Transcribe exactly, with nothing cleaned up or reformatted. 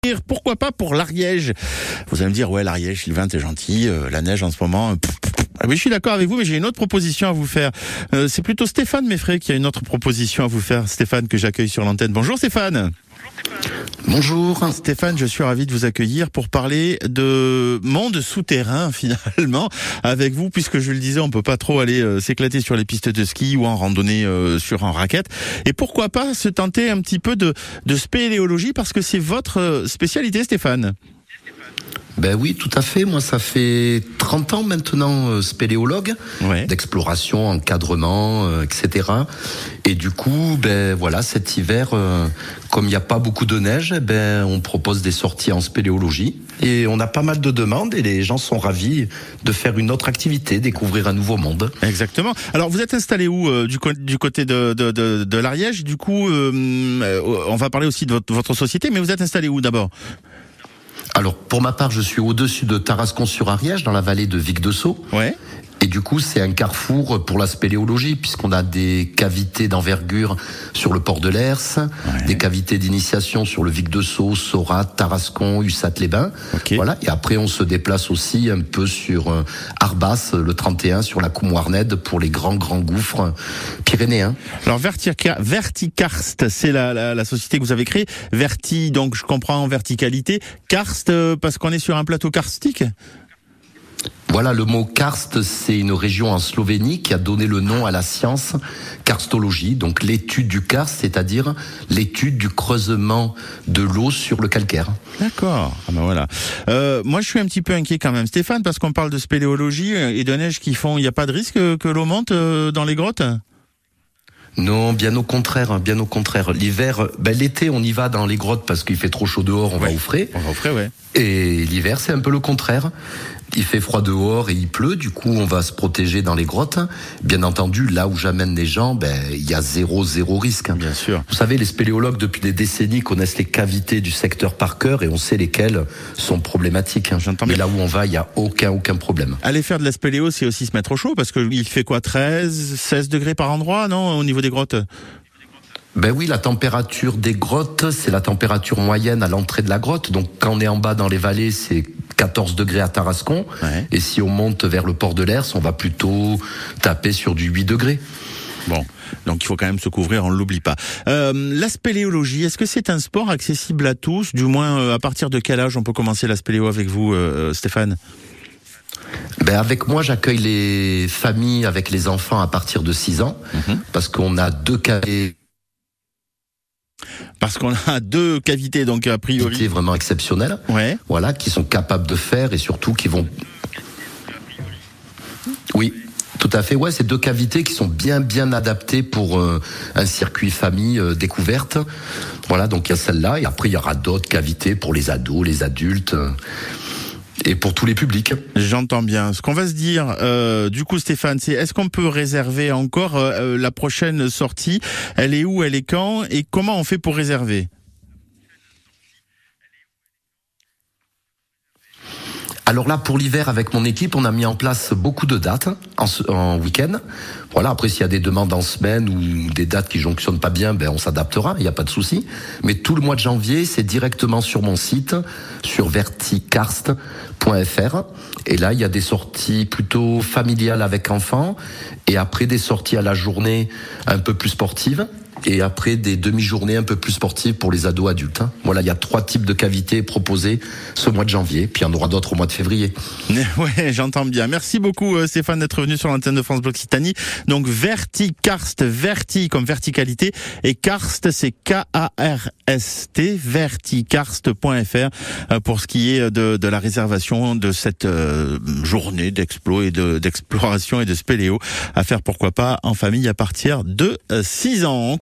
Pourquoi pas pour l'Ariège? Vous allez me dire, ouais, l'Ariège, Sylvain, t'es gentil, euh, la neige en ce moment... Pff, pff, pff. Ah oui, je suis d'accord avec vous, mais j'ai une autre proposition à vous faire. Euh, c'est plutôt Stéphane Meffray qui a une autre proposition à vous faire. Stéphane, que j'accueille sur l'antenne. Bonjour Stéphane. Bonjour. Stéphane, je suis ravi de vous accueillir pour parler de monde souterrain finalement avec vous, puisque je le disais, on peut pas trop aller euh, s'éclater sur les pistes de ski ou en randonnée euh, sur en raquette. Et pourquoi pas se tenter un petit peu de, de spéléologie, parce que c'est votre spécialité, Stéphane. Ben oui, tout à fait. Moi, ça fait trente ans maintenant, euh, spéléologue, ouais. d'exploration, encadrement, euh, et cetera. Et du coup, ben voilà, cet hiver, euh, comme il n'y a pas beaucoup de neige, ben on propose des sorties en spéléologie. Et on a pas mal de demandes et les gens sont ravis de faire une autre activité, découvrir un nouveau monde. Exactement. Alors, vous êtes installé où euh, du, co- du côté de, de, de, de l'Ariège? Du coup, euh, on va parler aussi de votre, votre société, mais vous êtes installé où d'abord? Alors, pour ma part, je suis au-dessus de Tarascon-sur-Ariège, dans la vallée de Vic-de-Sceaux. Ouais. Et du coup, c'est un carrefour pour la spéléologie, puisqu'on a des cavités d'envergure sur le port de l'Hers, ouais. des cavités d'initiation sur le Vic-de-Sceaux, Saurat, Tarascon, Ussat-les-Bains. Okay. Voilà. Et après, on se déplace aussi un peu sur euh, Arbas, le trente et un, sur la Coumoirned, pour les grands, grands gouffres pyrénéens. Alors, Vertica, Vertikarst, c'est la, la, la société que vous avez créée. Verti, donc je comprends, verticalité. Karst, euh, parce qu'on est sur un plateau karstique? Voilà, le mot karst, c'est une région en Slovénie qui a donné le nom à la science karstologie, donc l'étude du karst, c'est-à-dire l'étude du creusement de l'eau sur le calcaire. D'accord. Ah ben voilà. Euh, moi, je suis un petit peu inquiet quand même, Stéphane, parce qu'on parle de spéléologie et de neige qui font. Il n'y a pas de risque que l'eau monte dans les grottes? Non, bien au contraire, bien au contraire. L'hiver, ben l'été, on y va dans les grottes parce qu'il fait trop chaud dehors, on ouais. va au frais. On va au frais, ouais. Et l'hiver, c'est un peu le contraire. Il fait froid dehors et il pleut, du coup, on va se protéger dans les grottes. Bien entendu, là où j'amène les gens, ben, il y a zéro, zéro risque. Bien sûr. Vous savez, les spéléologues, depuis des décennies, connaissent les cavités du secteur par cœur et on sait lesquelles sont problématiques. J'entends Mais bien. là où on va, il y a aucun, aucun problème. Aller faire de la spéléo, c'est aussi se mettre au chaud, parce que il fait quoi, treize, seize degrés par endroit, non, au niveau des grottes? Ben oui, la température des grottes, c'est la température moyenne à l'entrée de la grotte. Donc quand on est en bas dans les vallées, c'est quatorze degrés à Tarascon. Ouais. Et si on monte vers le port de l'Hers, on va plutôt taper sur du huit degrés. Bon, donc il faut quand même se couvrir, on ne l'oublie pas. Euh, la spéléologie, est-ce que c'est un sport accessible à tous? Du moins, euh, à partir de quel âge on peut commencer la spéléo avec vous, euh, Stéphane? Ben avec moi, j'accueille les familles avec les enfants à partir de six ans, mmh. parce qu'on a deux cavités. Parce qu'on a deux cavités, donc a priori. Cavités vraiment exceptionnelles, ouais. Voilà, qui sont capables de faire et surtout qui vont. Oui. Tout à fait, ouais, c'est deux cavités qui sont bien bien adaptées pour euh, un circuit famille euh, découverte. Voilà, donc il y a celle-là et après il y aura d'autres cavités pour les ados, les adultes euh, et pour tous les publics. J'entends bien. Ce qu'on va se dire, euh, du coup, Stéphane, c'est est-ce qu'on peut réserver encore euh, la prochaine sortie? Elle est où? Elle est quand? Et comment on fait pour réserver? Alors là, pour l'hiver, avec mon équipe, on a mis en place beaucoup de dates en, en week-end. Voilà, après, s'il y a des demandes en semaine ou des dates qui jonctionnent pas bien, ben on s'adaptera, il n'y a pas de souci. Mais tout le mois de janvier, c'est directement sur mon site, sur vertikarst point f r. Et là, il y a des sorties plutôt familiales avec enfants. Et après, des sorties à la journée un peu plus sportives. Et après des demi-journées un peu plus sportives pour les ados adultes. Voilà, il y a trois types de cavités proposées ce mois de janvier, puis il y en aura d'autres au mois de février. Ouais, j'entends bien. Merci beaucoup Stéphane d'être venu sur l'antenne de France Bleu Occitanie. Donc Vertikarst, verti comme verticalité, et karst c'est K A R S T, vertikarst point f r pour ce qui est de, de la réservation de cette euh, journée d'explo et de, d'exploration et de spéléo à faire pourquoi pas en famille à partir de six ans.